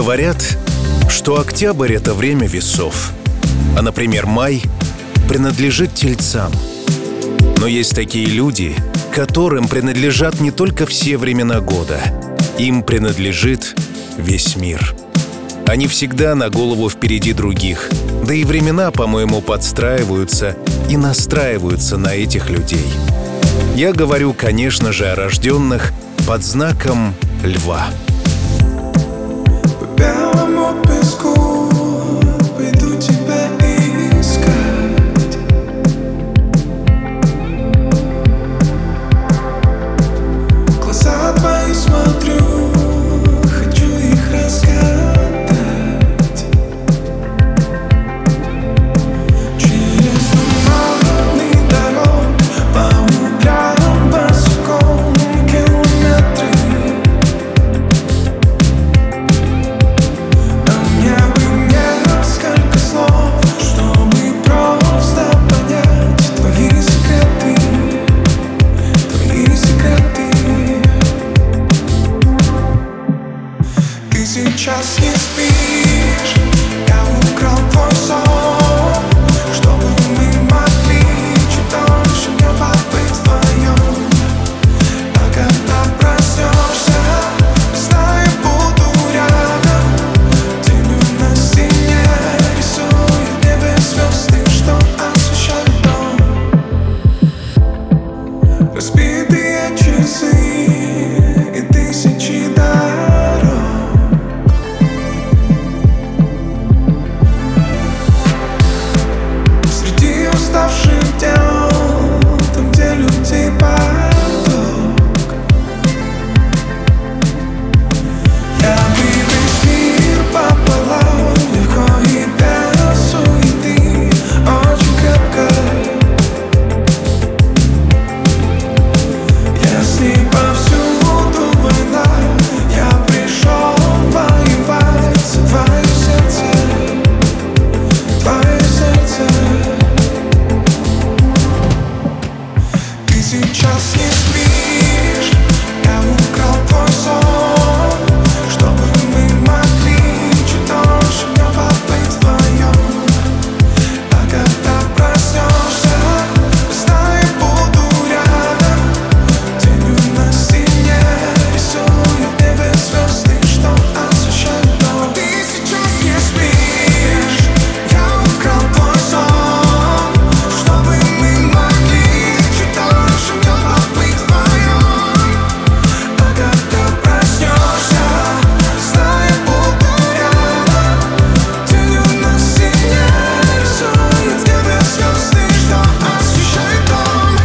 Говорят, что октябрь — это время весов, а, например, май принадлежит тельцам. Но есть такие люди, которым принадлежат не только все времена года, им принадлежит весь мир. Они всегда на голову впереди других, да и времена, по-моему, подстраиваются и настраиваются на этих людей. Я говорю, конечно же, о рожденных под знаком Льва. По белому песку пойду тебя искать. В глаза твои смотрю, хочу их разгадать. Через туманный дорог по углям босиком километры. Сейчас не спишь, я украл твой сон, чтобы мы могли чуть дольше не побыть вдвоем. А когда проснешься, знаю, буду рядом. Тенью на стене рисует небе звезды, что освещают дом. Разбитые часы и тысячи дорог. Уставших дел, там, где людей поток. Я бы весь мир пополам, легко и без суеты, очень крепко. Если повсюду война, я пришел воевать за твое сердце, твое сердце. Сейчас не спишь, я украл твой сон, чтобы мы могли чуть дольше не побыть вдвоем. А когда проснешься, знай, буду рядом. Тенью на стене рисует небе звезды, что освещают дом. Ты сейчас не спишь, я украл твой сон, чтобы мы могли чуть дольше не побыть вдвоем. А когда проснешься, знай, буду рядом. Тенью на стене рисует небе звезды, что освещают дом.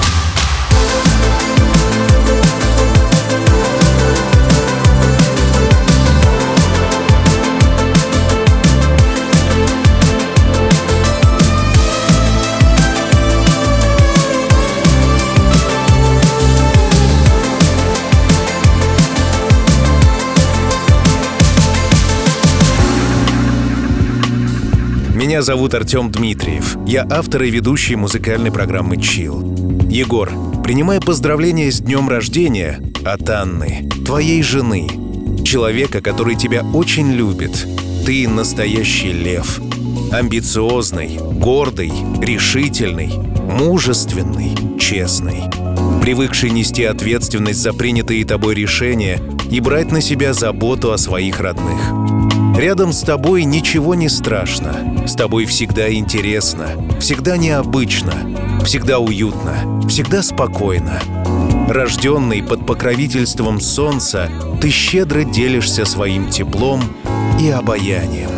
Меня зовут Артем Дмитриев. Я автор и ведущий музыкальной программы Chill. Егор, принимай поздравления с днем рождения от Анны, твоей жены, человека, который тебя очень любит. Ты настоящий лев. Амбициозный, гордый, решительный, мужественный, честный. Привыкший нести ответственность за принятые тобой решения и брать на себя заботу о своих родных. Рядом с тобой ничего не страшно, с тобой всегда интересно, всегда необычно, всегда уютно, всегда спокойно. Рожденный под покровительством солнца, ты щедро делишься своим теплом и обаянием.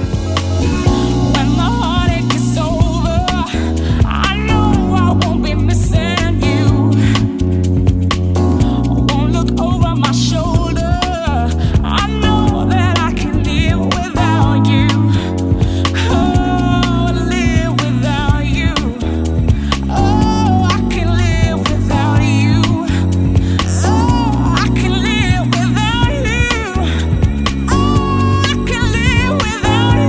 Without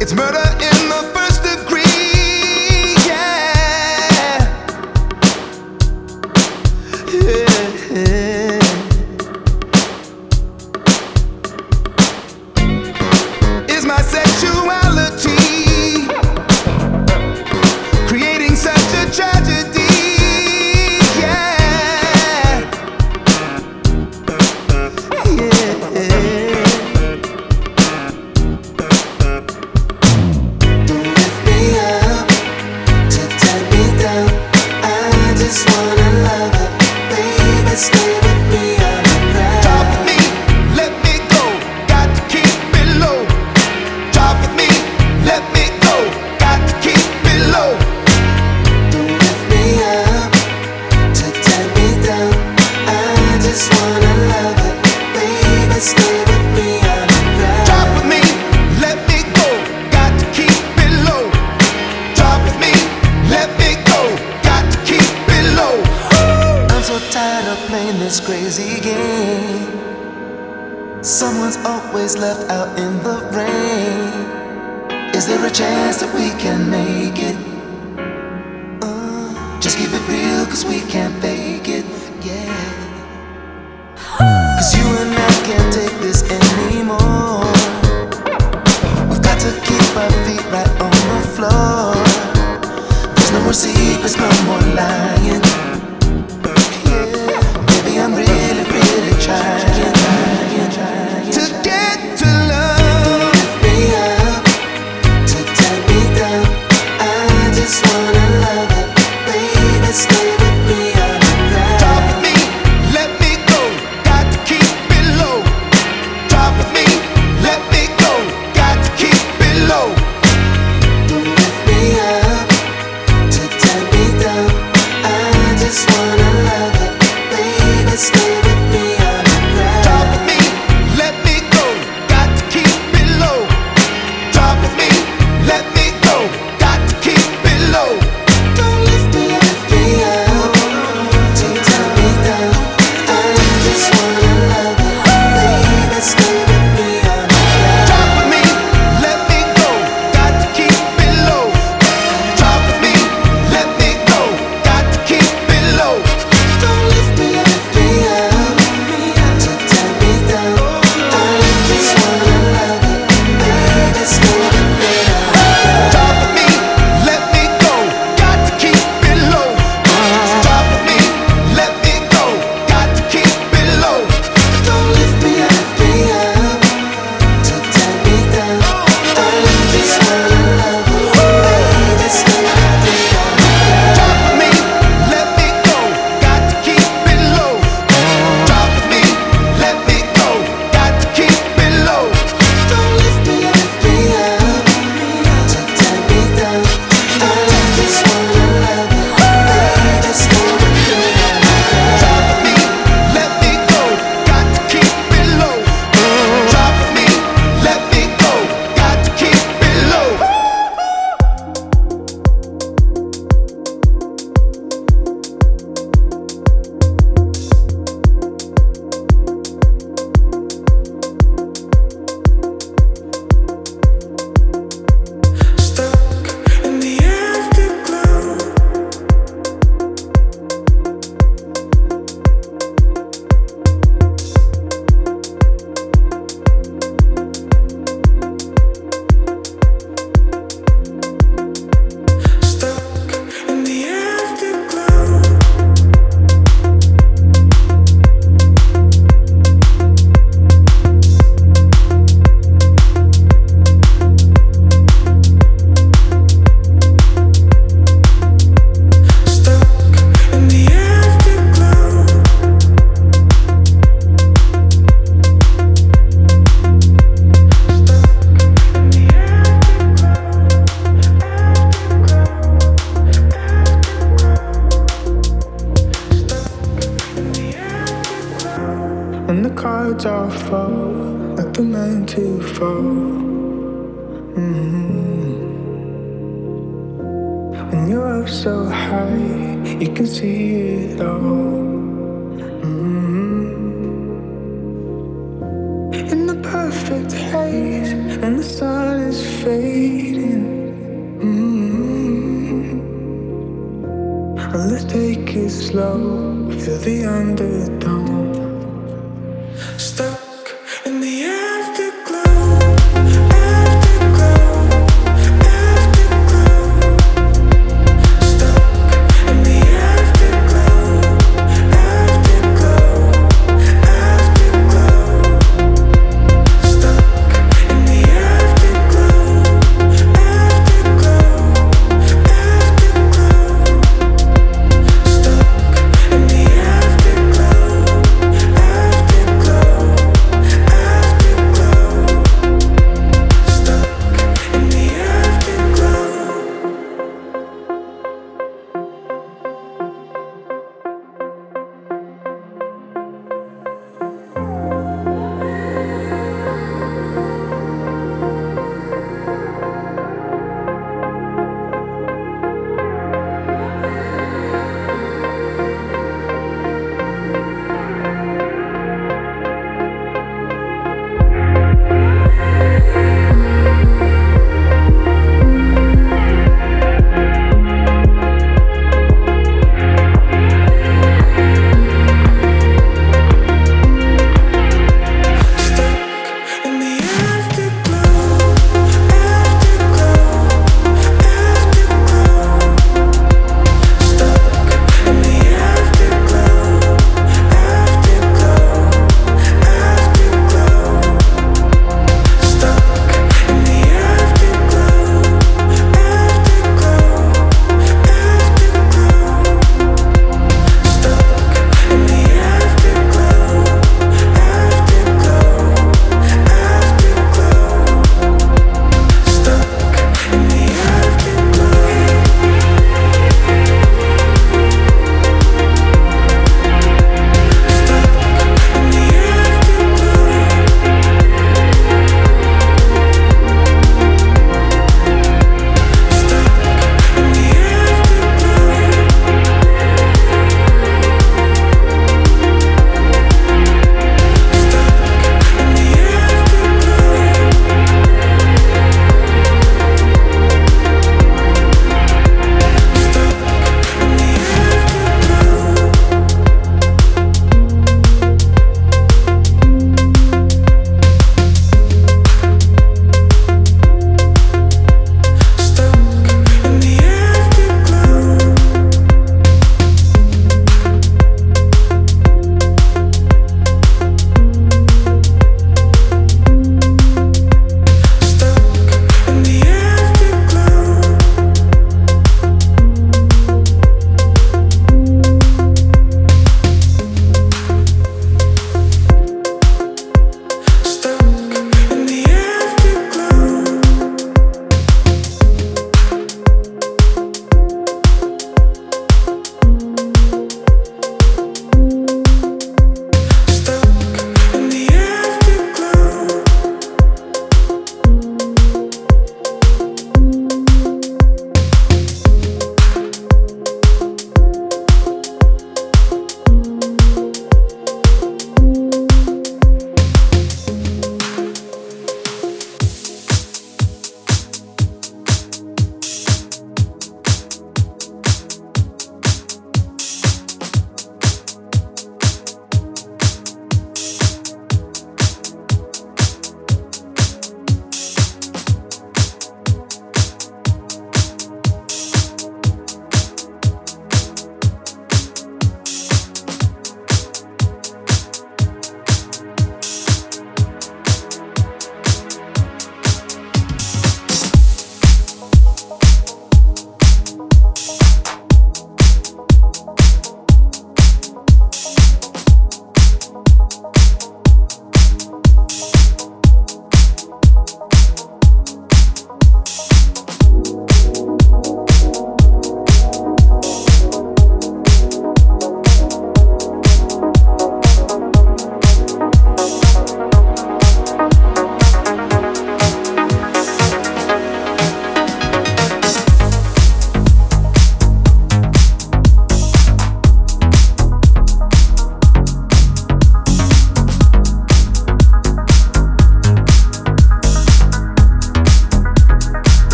It's murder in the first degree, yeah. Yeah. Is my sexuality creating such a tragedy? Yeah. Yeah. This crazy game. Someone's always left out in the rain. Is there a chance that we can make it? Just keep it real, cause we can't fake it, yeah. Cause you and I can't take this anymore. We've got to keep our feet right on the floor. There's no more secrets, no more lying. I'm really, really trying to get to love. Lift me up, to turn me down. I just wanna love it, baby. Stay with me on the ground. Talk with me, let me go. Got to keep it low. Talk with me, let me go. Got to keep it low. Lift me up, to turn me down. I just wanna love it. Stay with me on the ground. Talk with me, let me go. Got to keep it low. Talk with me, let me go. Got to keep it low. Don't lift me up, to turn me down. I just wanna love it, baby. Stay with me on the ground. Talk with me, let me go. Got to keep it low. Talk with me, let me go. Got to keep it low. Don't lift me up. When the cards are full, let the man to fall. When you're up so high, you can see it all. In the perfect haze, and the sun is fading. Let's take it slow. We feel the undertone. Stuck in the afterglow. Afterglow. Afterglow. Stuck in the afterglow. Afterglow. Afterglow. Stuck in the afterglow. Afterglow. Afterglow. Stuck in the afterglow. Afterglow.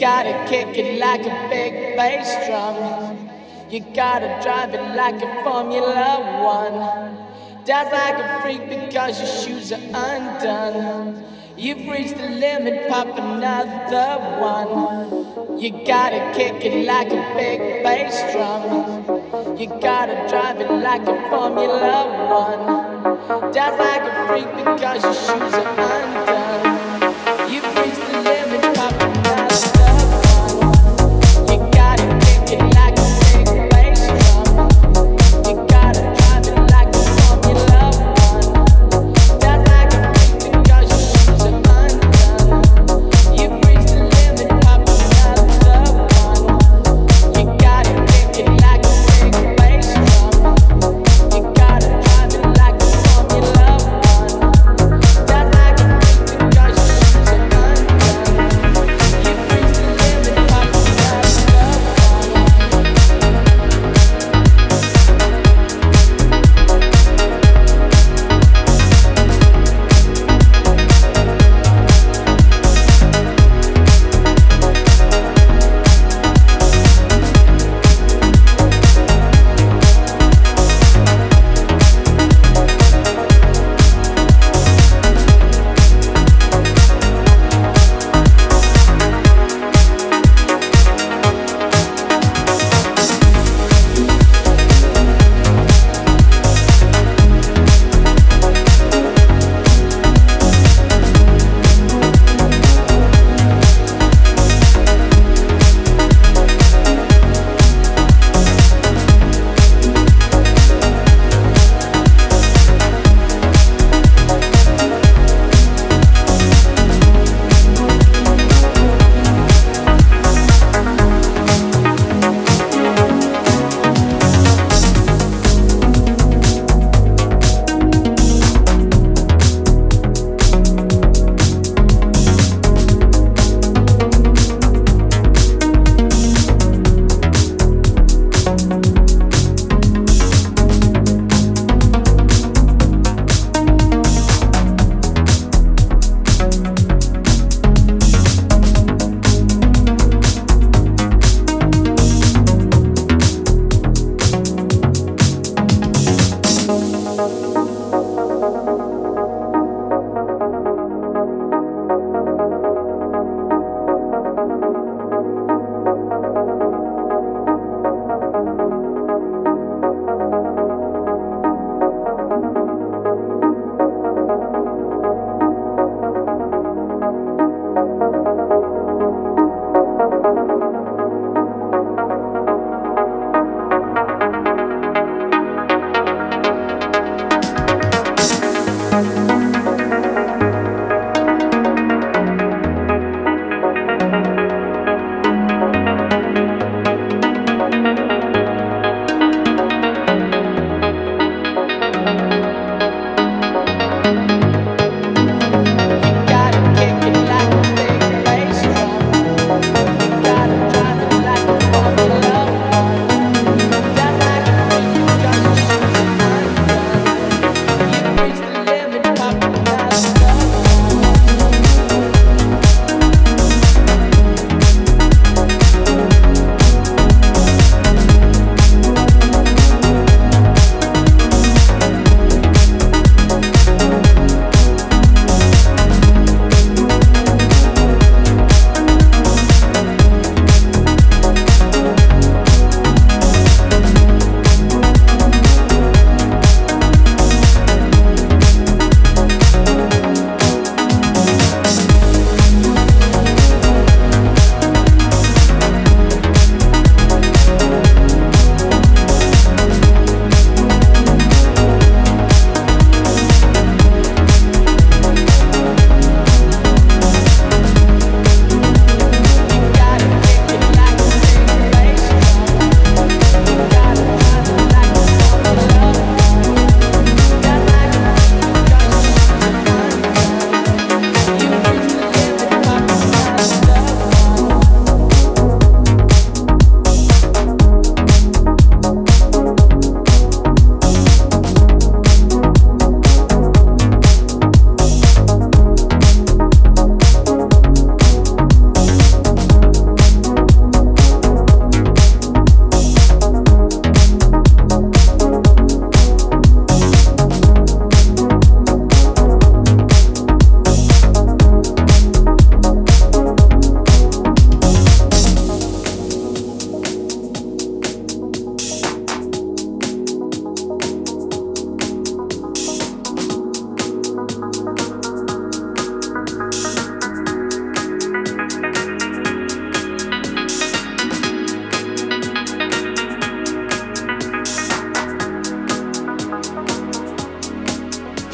gotta kick it like a big bass drum. You gotta drive it like a Formula One. Dance like a freak because your shoes are undone. You've reached the limit, pop another one. You gotta kick it like a big bass drum. You gotta drive it like a Formula One. Dance like a freak because your shoes are undone. You've reached the limit, pop another one. You gotta kick it like a big bass drum. You gotta drive it like a Formula One. Dance like a freak because your shoes are undone. You've reached the limit, pop another one. You gotta kick it like a big bass drum. You gotta drive it like a Formula One. Dance like a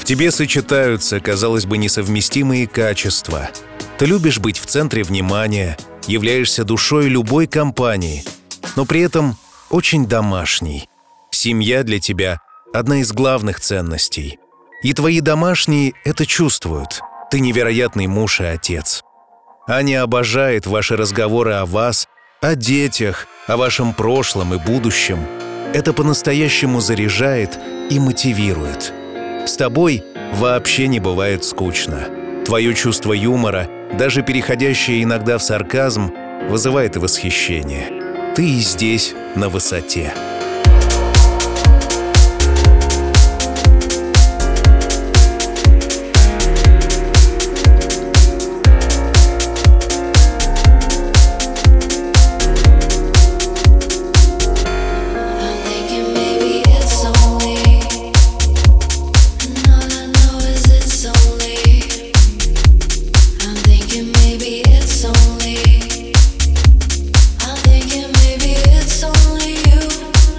тебе сочетаются, казалось бы, несовместимые качества. Ты любишь быть в центре внимания, являешься душой любой компании, но при этом очень домашний. Семья для тебя — одна из главных ценностей. И твои домашние это чувствуют. Ты невероятный муж и отец. Аня обожает ваши разговоры о вас, о детях, о вашем прошлом и будущем. Это по-настоящему заряжает и мотивирует. С тобой вообще не бывает скучно. Твое чувство юмора, даже переходящее иногда в сарказм, вызывает восхищение. Ты и здесь на высоте. Maybe it's only you.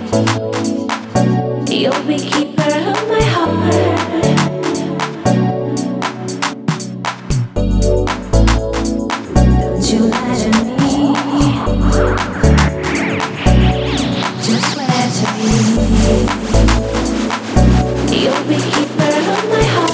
You'll be keeper of my heart. Don't you lie to me. Just swear to me. You'll be keeper of my heart.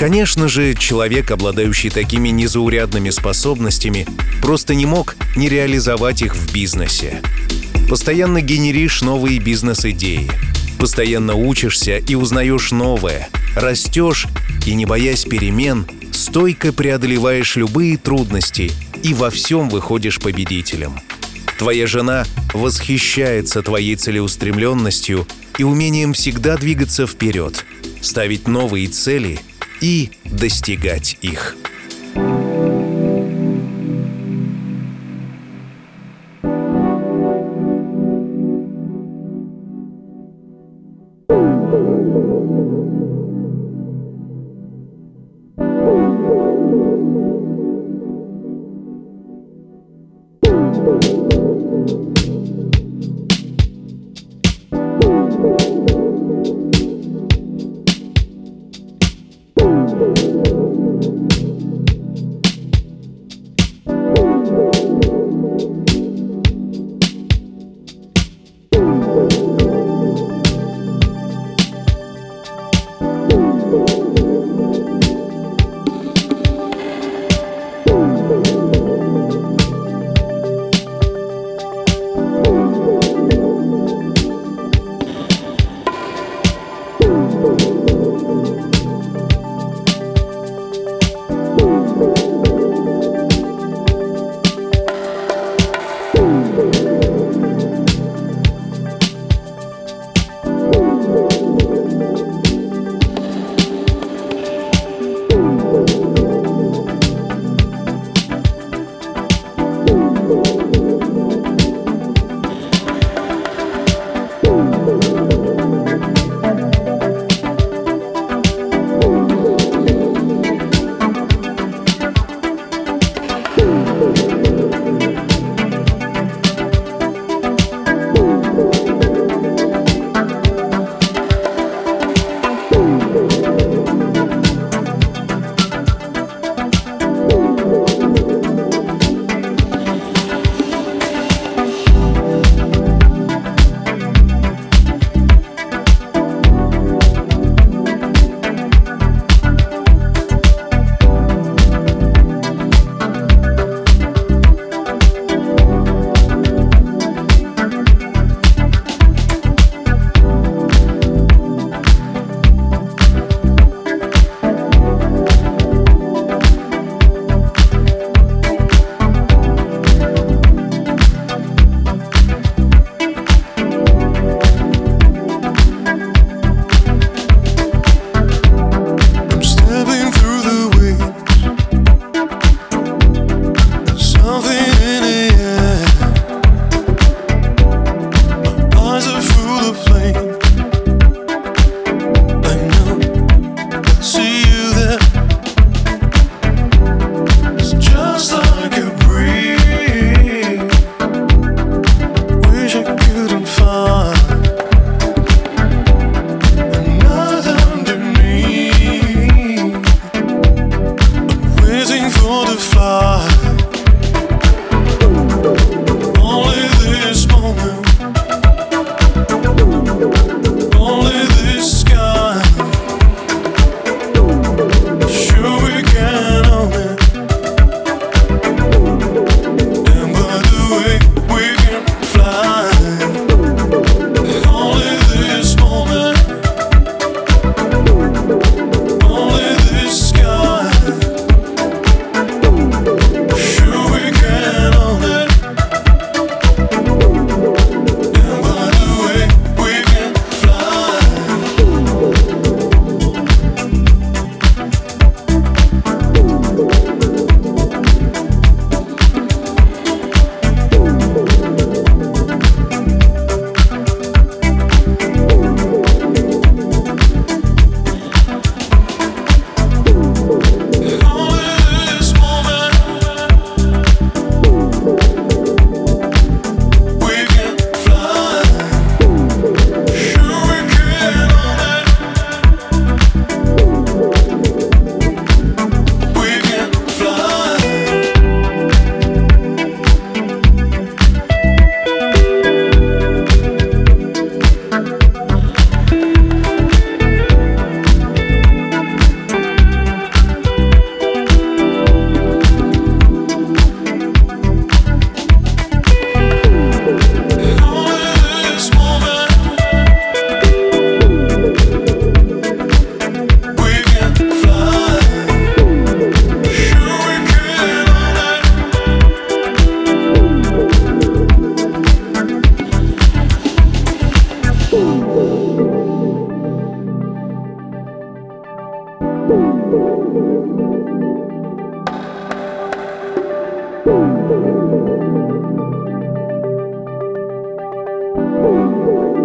Конечно же, человек, обладающий такими незаурядными способностями, просто не мог не реализовать их в бизнесе. Постоянно генеришь новые бизнес-идеи, постоянно учишься и узнаешь новое, растешь и, не боясь перемен, стойко преодолеваешь любые трудности и во всем выходишь победителем. Твоя жена восхищается твоей целеустремленностью и умением всегда двигаться вперед, ставить новые цели и достигать их.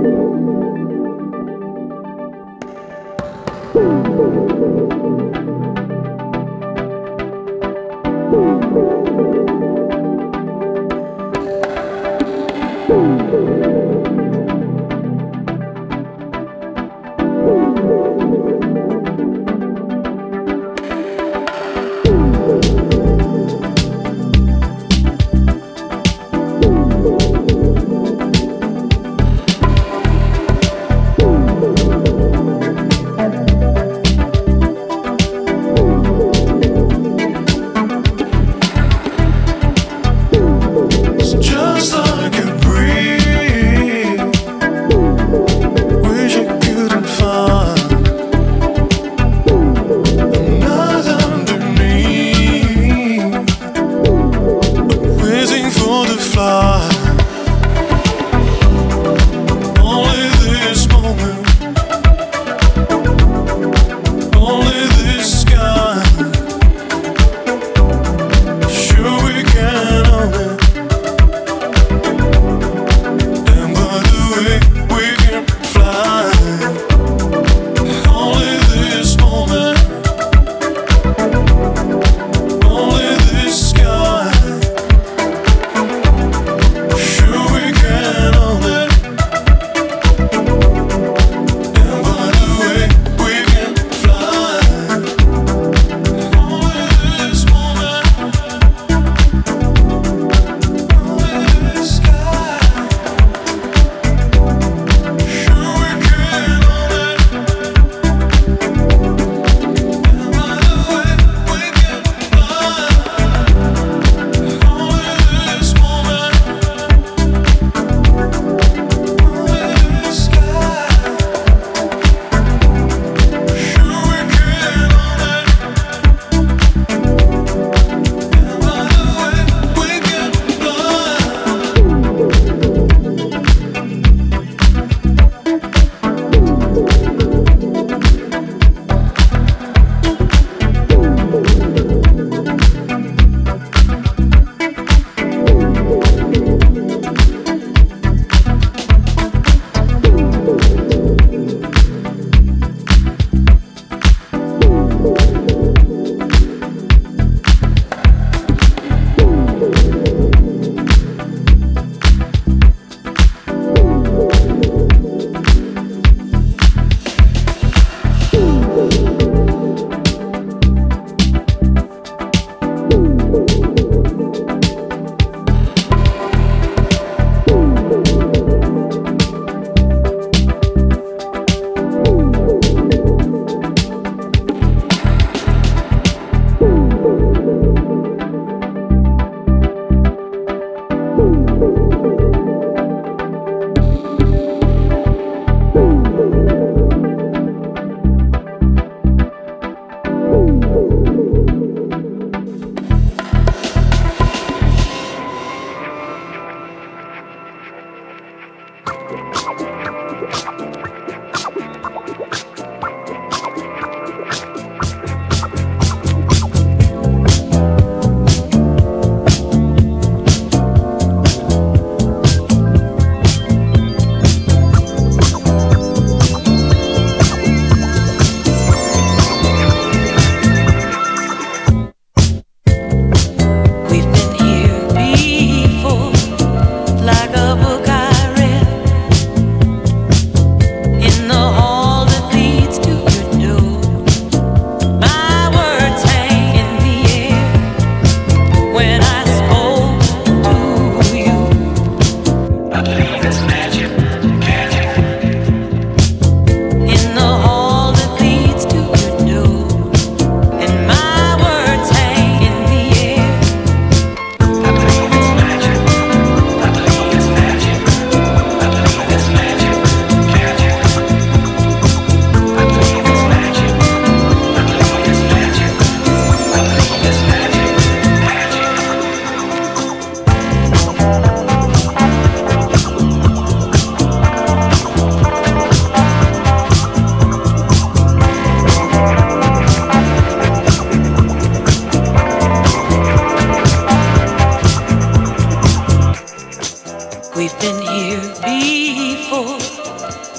We've been here before,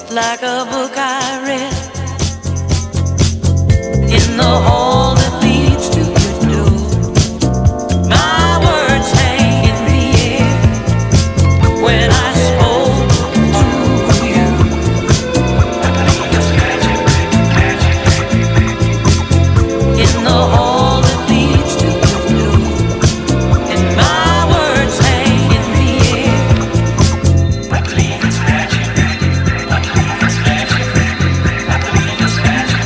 like a book I read. In the hall that leads to your door, my words hang in the air. When I spoke to you, in the hall that leads to your door, and my words hang in the air. I believe it's magic. I believe it's magic. I believe it's magic.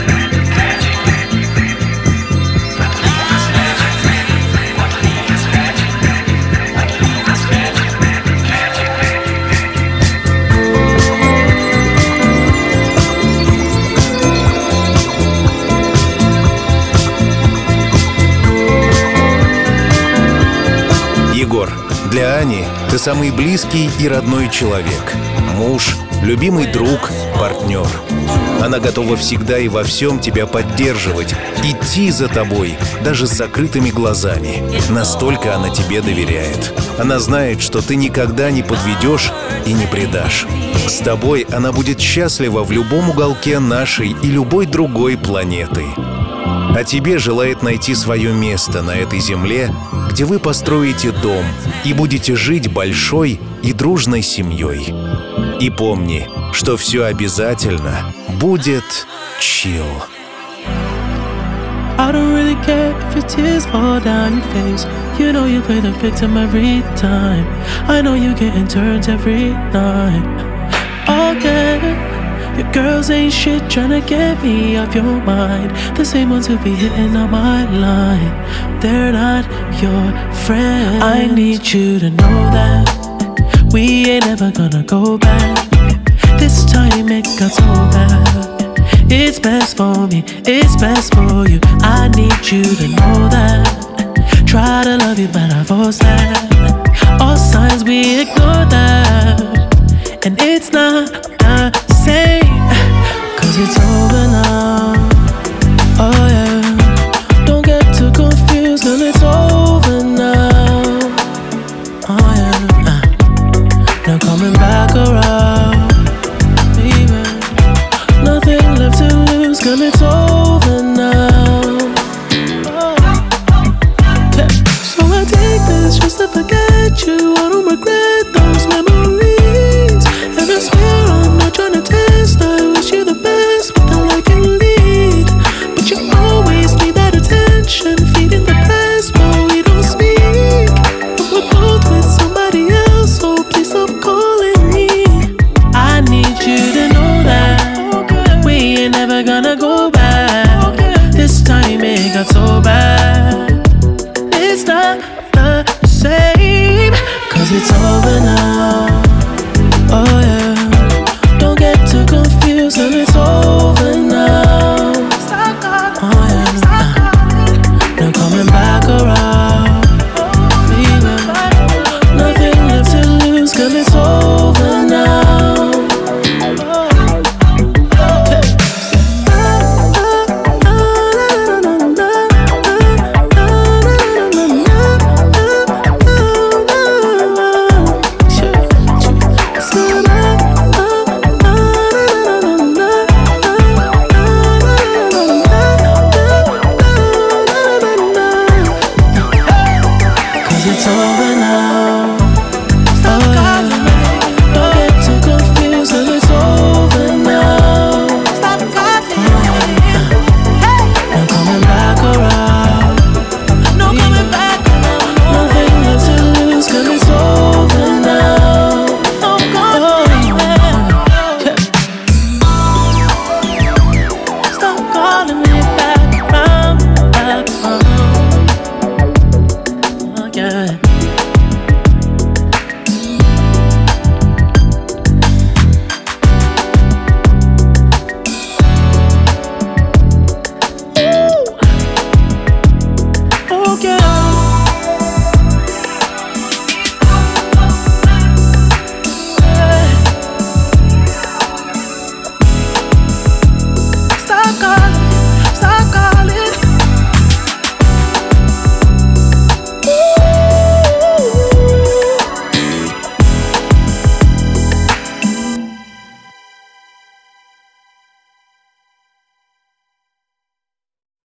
Егор, для Ани ты самый близкий и родной человек. Муж, любимый друг, партнер. Она готова всегда и во всем тебя поддерживать, идти за тобой, даже с закрытыми глазами. Настолько она тебе доверяет. Она знает, что ты никогда не подведешь и не предашь. С тобой она будет счастлива в любом уголке нашей и любой другой планеты. А тебе желает найти свое место на этой земле, где вы построите дом и будете жить большой и дружной семьей. И помни, что все обязательно будет chill. I don't really care if your tears fall down your face. You know you play the victim every time. I know you getting turns every night. Oh yeah. Your girls ain't shit tryna get me off your mind. The same ones who be hitting on my line. They're not your friends. I need you to know that we ain't ever gonna go back. This time it got so bad. It's best for me, it's best for you. I need you to know that. Try to love you but I force that. All signs we ignore that. And it's not the same, 'cause it's over now.